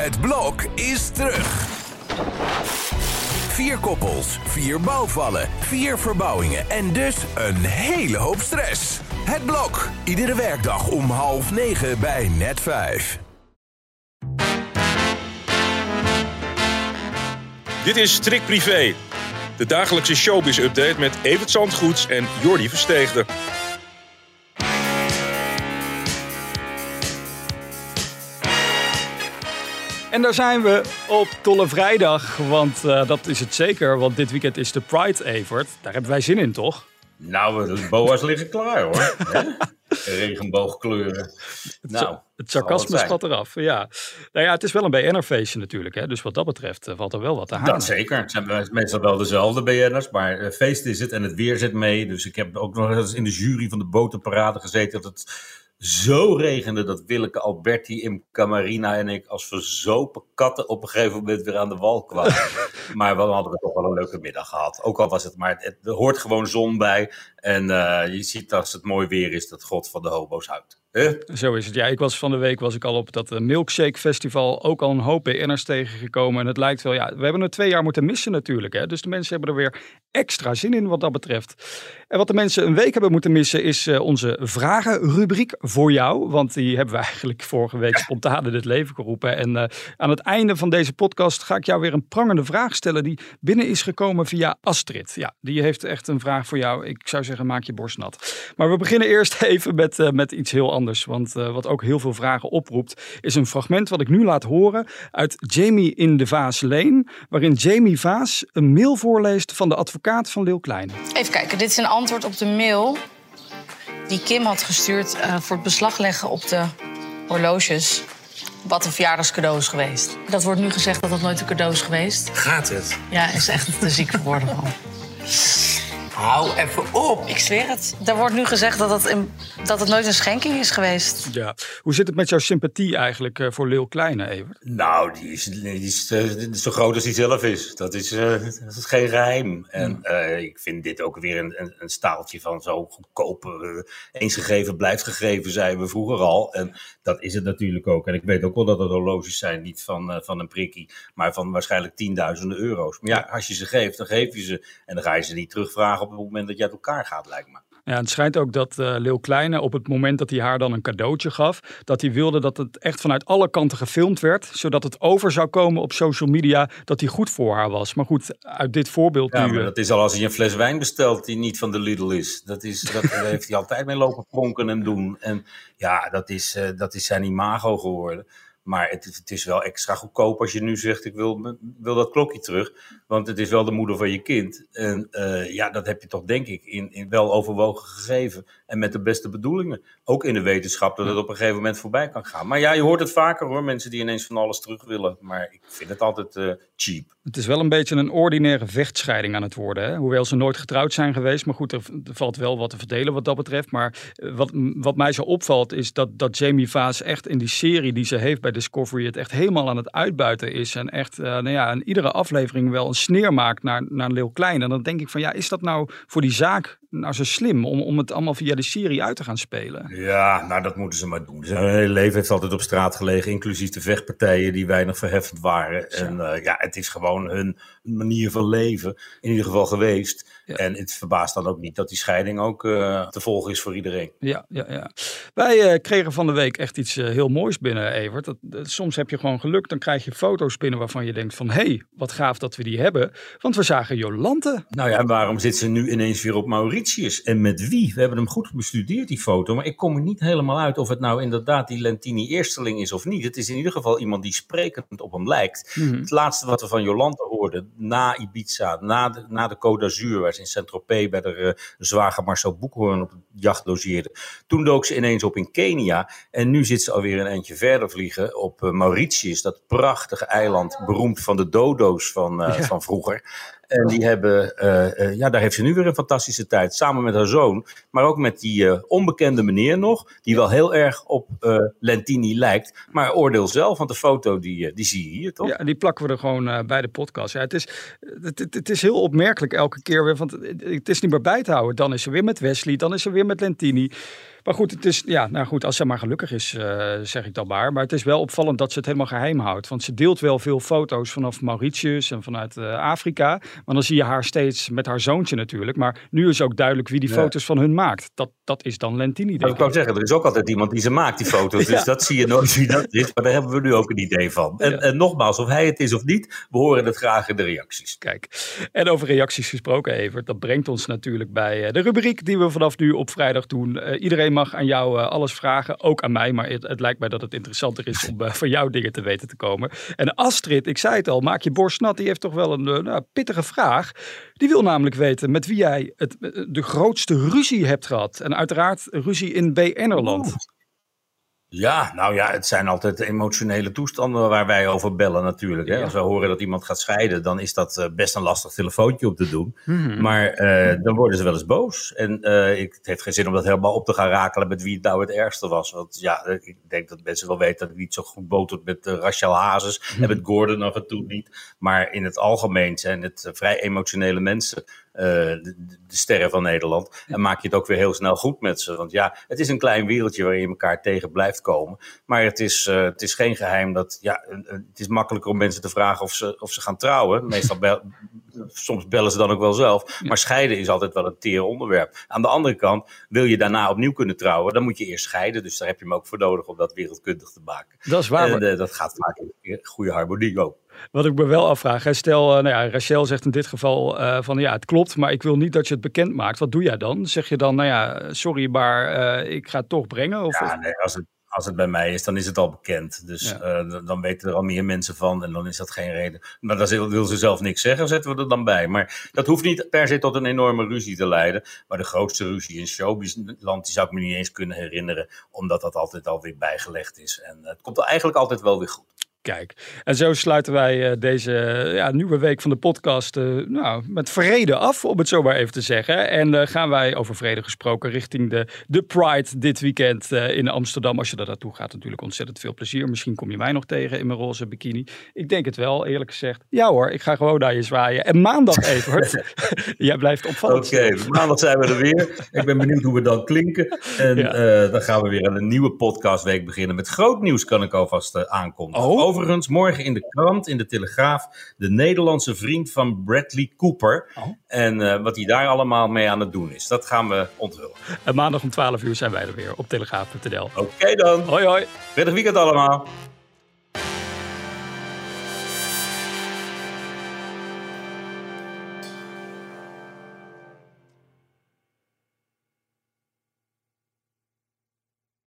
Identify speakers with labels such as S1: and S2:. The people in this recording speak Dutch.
S1: Het blok is terug. 4 koppels, 4 bouwvallen, 4 verbouwingen en dus een hele hoop stress. Het blok, iedere werkdag om 8:30 bij Net5.
S2: Dit is Strik Privé, de dagelijkse showbiz-update met Evert Zandgoeds en Jordi Versteegde.
S3: En daar zijn we op Tolle Vrijdag, want dat is het zeker. Want dit weekend is de Pride, Evert. Daar hebben wij zin in, toch?
S4: Nou, de boa's liggen klaar, hoor. Regenboogkleuren.
S3: Het sarcasme spat eraf, ja. Nou ja, het is wel een BN'er-feestje natuurlijk, hè. Dus wat dat betreft valt er wel wat te halen.
S4: Dat zeker. Het zijn meestal wel dezelfde BN'ers, maar feest is het en het weer zit mee. Dus ik heb ook nog eens in de jury van de botenparade gezeten dat het zo regende dat Willeke Alberti, Imca Marina en ik als verzopen katten op een gegeven moment weer aan de wal kwamen. Maar we hadden toch wel een leuke middag gehad. Ook al was het maar, er hoort gewoon zon bij. En je ziet als het mooi weer is dat God van de hobo's houdt.
S3: Zo is het. Ja, van de week al op dat Milkshake Festival ook al een hoop BN'ers tegengekomen. En het lijkt wel, ja, we hebben er 2 jaar moeten missen natuurlijk. Hè? Dus de mensen hebben er weer extra zin in wat dat betreft. En wat de mensen een week hebben moeten missen is onze vragenrubriek voor jou. Want die hebben we eigenlijk vorige week spontaan in het leven geroepen. En aan het einde van deze podcast ga ik jou weer een prangende vraag stellen die binnen is gekomen via Astrid. Ja, die heeft echt een vraag voor jou. Ik zou zeggen, maak je borst nat. Maar we beginnen eerst even met iets heel anders. Want wat ook heel veel vragen oproept, is een fragment wat ik nu laat horen uit Jamie in de Vaas Lane, waarin Jamie Vaas een mail voorleest van de advocaat van Leeuw Kleine.
S5: Even kijken, dit is een antwoord op de mail die Kim had gestuurd voor het beslag leggen op de horloges. Wat een verjaardagscadeau is geweest. Dat wordt nu gezegd dat dat nooit een cadeau is geweest.
S6: Gaat het?
S5: Ja, is echt te ziek voor woorden van.
S6: Hou even op.
S5: Ik zweer het. Er wordt nu gezegd dat het nooit een schenking is geweest.
S3: Ja. Hoe zit het met jouw sympathie eigenlijk voor Leeuw Kleine, Evert?
S4: Nou, die is zo groot als hij zelf is. Dat is geen geheim. En ik vind dit ook weer een staaltje van zo goedkoop. Eens gegeven blijft gegeven, zeiden we vroeger al. En dat is het natuurlijk ook. En ik weet ook wel dat het horloges zijn, niet van een prikkie, maar van waarschijnlijk tienduizenden euro's. Maar ja, als je ze geeft, dan geef je ze. En dan ga je ze niet terugvragen op het moment dat je uit elkaar gaat, lijkt me.
S3: Ja, het schijnt ook dat Leeuw Kleine op het moment dat hij haar dan een cadeautje gaf, dat hij wilde dat het echt vanuit alle kanten gefilmd werd, zodat het over zou komen op social media dat hij goed voor haar was. Maar goed, uit dit voorbeeld
S4: ja,
S3: nu...
S4: maar dat is al als hij een fles wijn bestelt die niet van de Lidl is. Daar heeft hij altijd mee lopen pronken en doen. En ja, dat is zijn imago geworden. Maar het is wel extra goedkoop als je nu zegt, ik wil dat klokje terug. Want het is wel de moeder van je kind. En dat heb je toch denk ik in wel overwogen gegeven. En met de beste bedoelingen. Ook in de wetenschap dat het op een gegeven moment voorbij kan gaan. Maar ja, je hoort het vaker hoor. Mensen die ineens van alles terug willen. Maar ik vind het altijd cheap.
S3: Het is wel een beetje een ordinaire vechtscheiding aan het worden. Hè? Hoewel ze nooit getrouwd zijn geweest. Maar goed, er valt wel wat te verdelen wat dat betreft. Maar wat mij zo opvalt is dat Jamie Vaas echt in die serie die ze heeft bij Discovery het echt helemaal aan het uitbuiten is. En echt in iedere aflevering wel een sneer maakt naar Leeuw Kleine. En dan denk ik van ja, is dat nou voor die zaak nou zo slim om het allemaal via de serie uit te gaan spelen?
S4: Ja, nou dat moeten ze maar doen. Zijn hele leven heeft altijd op straat gelegen, inclusief de vechtpartijen die weinig verheffend waren. En het is gewoon hun manier van leven in ieder geval geweest. Ja. En het verbaast dan ook niet dat die scheiding ook te volgen is voor iedereen.
S3: Ja. Wij kregen van de week echt iets heel moois binnen, Evert. Soms heb je gewoon geluk, dan krijg je foto's binnen waarvan je denkt van hé, wat gaaf dat we die hebben. Want we zagen Jolante.
S4: Nou ja, waarom zit ze nu ineens weer op Mauritius? En met wie? We hebben hem goed bestudeerd, die foto. Maar ik kom er niet helemaal uit of het nou inderdaad die Lentini eersteling is of niet. Het is in ieder geval iemand die sprekend op hem lijkt. Mm-hmm. Het laatste wat we van Jolante hoorden, na Ibiza, na de Côte d'Azur, waar ze in Saint-Tropez bij de zwager Marcel Boekhoorn op het jacht logeerde. Toen dook ze ineens op in Kenia. En nu zit ze alweer een eindje verder vliegen op Mauritius, dat prachtige eiland, beroemd van de dodo's van vroeger. En die hebben, daar heeft ze nu weer een fantastische tijd. Samen met haar zoon. Maar ook met die onbekende meneer nog. Die wel heel erg op Lentini lijkt. Maar oordeel zelf, want de foto die zie je hier toch?
S3: Ja, die plakken we er gewoon bij de podcast. Ja, het is heel opmerkelijk elke keer weer. Want het is niet meer bij te houden. Dan is ze weer met Wesley. Dan is ze weer met Lentini. Maar goed, het is, als zij maar gelukkig is, zeg ik dan maar. Maar het is wel opvallend dat ze het helemaal geheim houdt. Want ze deelt wel veel foto's vanaf Mauritius en vanuit Afrika. Maar dan zie je haar steeds met haar zoontje natuurlijk. Maar nu is ook duidelijk wie die foto's van hun maakt. Dat is dan Lentini, denk
S4: ik wou zeggen, er is ook altijd iemand die ze maakt, die foto's. Dus dat zie je nooit wie dat is. Maar daar hebben we nu ook een idee van. En nogmaals, of hij het is of niet, we horen het graag in de reacties.
S3: Kijk, en over reacties gesproken, Evert. Dat brengt ons natuurlijk bij de rubriek die we vanaf nu op vrijdag doen. Iedereen mag aan jou alles vragen, ook aan mij. Maar het lijkt mij dat het interessanter is om van jou dingen te weten te komen. En Astrid, ik zei het al, maak je borst nat. Die heeft toch wel een pittige vraag. Die wil namelijk weten met wie jij de grootste ruzie hebt gehad. En uiteraard ruzie in BN'erland.
S4: Ja, het zijn altijd emotionele toestanden waar wij over bellen natuurlijk. Hè? Ja. Als we horen dat iemand gaat scheiden, dan is dat best een lastig telefoontje op te doen. Mm-hmm. Maar dan worden ze wel eens boos. En het heeft geen zin om dat helemaal op te gaan rakelen met wie het nou het ergste was. Want ik denk dat mensen wel weten dat ik niet zo goed botert met Rachel Hazes en met Gordon af en toe niet. Maar in het algemeen zijn het vrij emotionele mensen. De sterren van Nederland. En maak je het ook weer heel snel goed met ze. Want het is een klein wereldje waarin je elkaar tegen blijft komen. Maar het is geen geheim dat... het is makkelijker om mensen te vragen of ze gaan trouwen. Meestal soms bellen ze dan ook wel zelf. Maar scheiden is altijd wel een teer onderwerp. Aan de andere kant, wil je daarna opnieuw kunnen trouwen, dan moet je eerst scheiden. Dus daar heb je hem ook voor nodig om dat wereldkundig te maken.
S3: Dat is waar.
S4: En dat gaat vaak in goede harmonie ook.
S3: Wat ik me wel afvraag, stel, Rachel zegt in dit geval het klopt, maar ik wil niet dat je het bekend maakt. Wat doe jij dan? Zeg je dan, sorry, maar ik ga het toch brengen? Of
S4: als het bij mij is, dan is het al bekend. Dus dan weten er al meer mensen van en dan is dat geen reden. Maar dan wil ze zelf niks zeggen, zetten we er dan bij. Maar dat hoeft niet per se tot een enorme ruzie te leiden. Maar de grootste ruzie in showbizland, die zou ik me niet eens kunnen herinneren, omdat dat altijd alweer bijgelegd is. En het komt eigenlijk altijd wel weer goed.
S3: Kijk, en zo sluiten wij deze nieuwe week van de podcast met vrede af, om het zo maar even te zeggen. En gaan wij over vrede gesproken richting de Pride dit weekend in Amsterdam. Als je daar naartoe gaat, natuurlijk ontzettend veel plezier. Misschien kom je mij nog tegen in mijn roze bikini. Ik denk het wel, eerlijk gezegd. Ja hoor, ik ga gewoon naar je zwaaien. En maandag, Evert, jij blijft opvallend.
S4: Oké, maandag zijn we er weer. Ik ben benieuwd hoe we dan klinken. En dan gaan we weer aan een nieuwe podcastweek beginnen. Met groot nieuws kan ik alvast aankondigen. Overigens, morgen in de krant, in de Telegraaf, de Nederlandse vriend van Bradley Cooper. Oh. En wat hij daar allemaal mee aan het doen is. Dat gaan we onthullen.
S3: En maandag om 12 uur zijn wij er weer op telegraaf.nl.
S4: Oké dan.
S3: Hoi hoi.
S4: Prettig weekend allemaal.